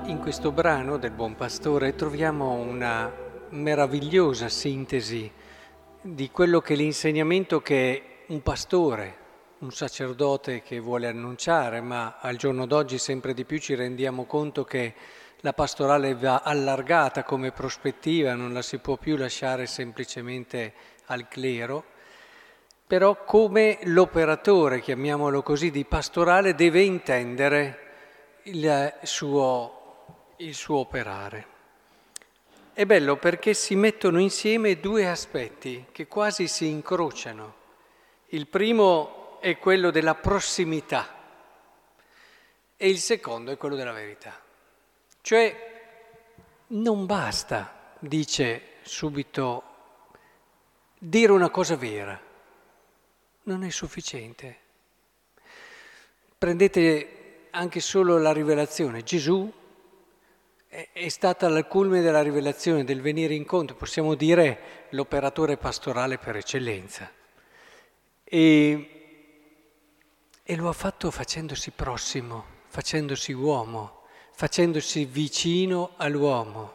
In questo brano del Buon Pastore troviamo una meravigliosa sintesi di quello che è l'insegnamento che un pastore, un sacerdote che vuole annunciare, ma al giorno d'oggi sempre di più ci rendiamo conto che la pastorale va allargata come prospettiva, non la si può più lasciare semplicemente al clero, però come l'operatore, chiamiamolo così, di pastorale deve intendere il suo operare. È bello perché si mettono insieme due aspetti che quasi si incrociano. Il primo è quello della prossimità e il secondo è quello della verità. Cioè non basta, dice subito, dire una cosa vera, non è sufficiente. Prendete anche solo la rivelazione. Gesù è stata al culmine della rivelazione, del venire incontro, possiamo dire l'operatore pastorale per eccellenza. E lo ha fatto facendosi prossimo, facendosi uomo, facendosi vicino all'uomo.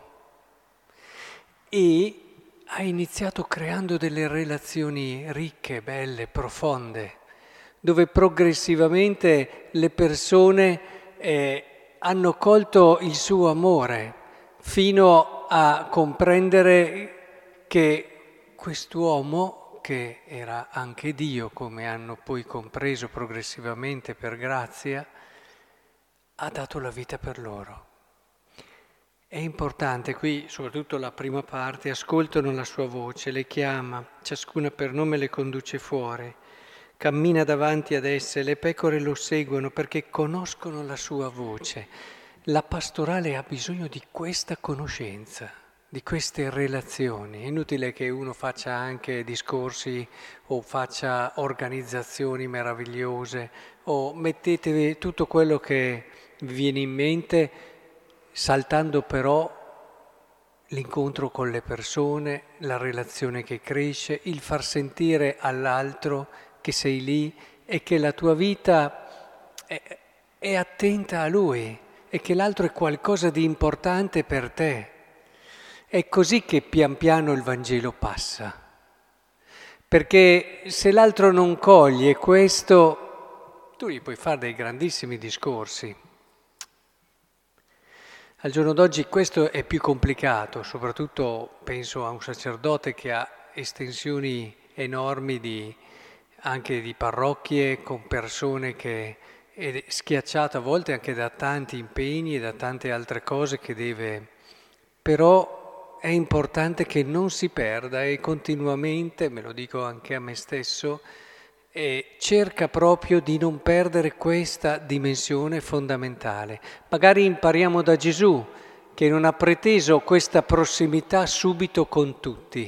E ha iniziato creando delle relazioni ricche, belle, profonde, dove progressivamente le persone hanno colto il suo amore fino a comprendere che quest'uomo, che era anche Dio, come hanno poi compreso progressivamente per grazia, ha dato la vita per loro. È importante qui, soprattutto la prima parte, ascoltano la sua voce, le chiama, ciascuna per nome le conduce fuori, cammina davanti ad esse, le pecore lo seguono perché conoscono la sua voce. La pastorale ha bisogno di questa conoscenza, di queste relazioni. È inutile che uno faccia anche discorsi o faccia organizzazioni meravigliose o mettete tutto quello che vi viene in mente, saltando però l'incontro con le persone, la relazione che cresce, il far sentire all'altro che sei lì e che la tua vita è attenta a lui e che l'altro è qualcosa di importante per te. È così che pian piano il Vangelo passa. Perché se l'altro non coglie questo, tu gli puoi fare dei grandissimi discorsi. Al giorno d'oggi questo è più complicato, soprattutto penso a un sacerdote che ha estensioni enormi anche di parrocchie con persone che è schiacciato a volte anche da tanti impegni e da tante altre cose che deve. Però è importante che non si perda e continuamente, me lo dico anche a me stesso, cerca proprio di non perdere questa dimensione fondamentale. Magari impariamo da Gesù, che non ha preteso questa prossimità subito con tutti,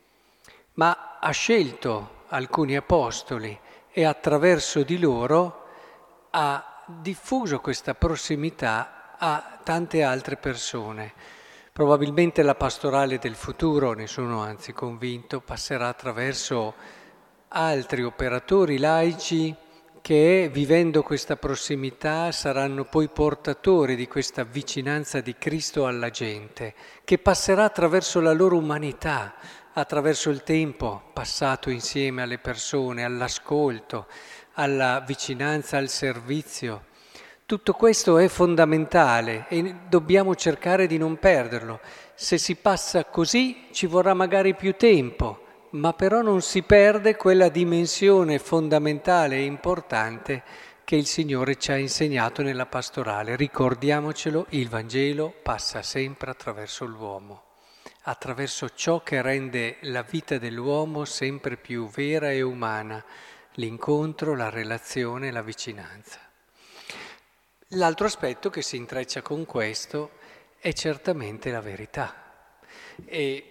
ma ha scelto alcuni apostoli e attraverso di loro ha diffuso questa prossimità a tante altre persone. Probabilmente la pastorale del futuro, ne sono anzi convinto, passerà attraverso altri operatori laici che, vivendo questa prossimità, saranno poi portatori di questa vicinanza di Cristo alla gente, che passerà attraverso la loro umanità, attraverso il tempo passato insieme alle persone, all'ascolto, alla vicinanza, al servizio. Tutto questo è fondamentale e dobbiamo cercare di non perderlo. Se si passa così ci vorrà magari più tempo, ma però non si perde quella dimensione fondamentale e importante che il Signore ci ha insegnato nella pastorale. Ricordiamocelo, il Vangelo passa sempre attraverso l'uomo, attraverso ciò che rende la vita dell'uomo sempre più vera e umana, l'incontro, la relazione, la vicinanza. L'altro aspetto che si intreccia con questo è certamente la verità. E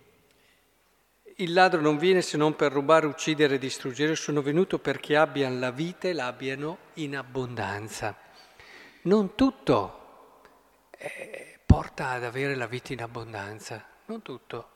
il ladro non viene se non per rubare, uccidere e distruggere, sono venuto perché abbiano la vita e l'abbiano in abbondanza. Non tutto porta ad avere la vita in abbondanza, non tutto,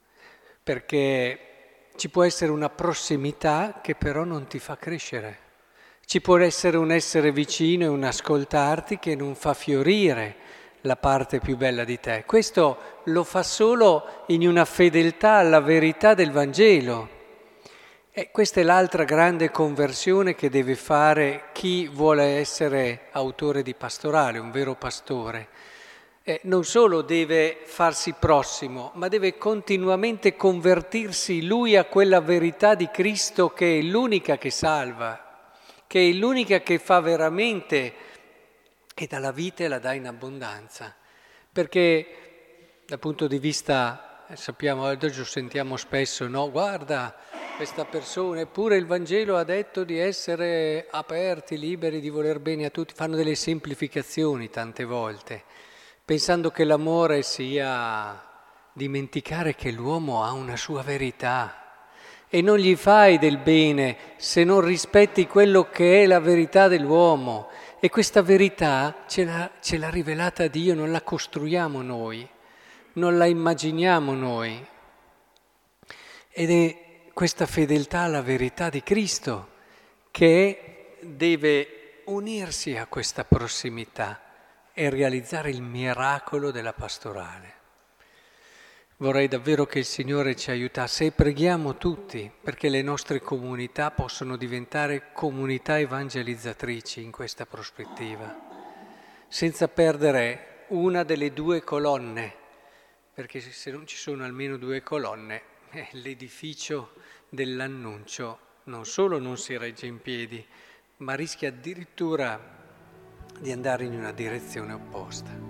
perché ci può essere una prossimità che però non ti fa crescere. Ci può essere un essere vicino e un ascoltarti che non fa fiorire la parte più bella di te. Questo lo fa solo in una fedeltà alla verità del Vangelo. E questa è l'altra grande conversione che deve fare chi vuole essere autore di pastorale, un vero pastore. Non solo deve farsi prossimo, ma deve continuamente convertirsi lui a quella verità di Cristo che è l'unica che salva, che è l'unica che fa veramente e dà la vita e la dà in abbondanza. Perché dal punto di vista, sappiamo, adesso sentiamo spesso, no? Guarda, questa persona, eppure il Vangelo ha detto di essere aperti, liberi, di voler bene a tutti. Fanno delle semplificazioni tante volte, pensando che l'amore sia dimenticare che l'uomo ha una sua verità e non gli fai del bene se non rispetti quello che è la verità dell'uomo. E questa verità ce l'ha rivelata Dio, non la costruiamo noi, non la immaginiamo noi. Ed è questa fedeltà alla verità di Cristo che deve unirsi a questa prossimità e realizzare il miracolo della pastorale. Vorrei davvero che il Signore ci aiutasse e preghiamo tutti perché le nostre comunità possono diventare comunità evangelizzatrici in questa prospettiva, senza perdere una delle due colonne, perché se non ci sono almeno due colonne, l'edificio dell'annuncio non solo non si regge in piedi, ma rischia addirittura di andare in una direzione opposta.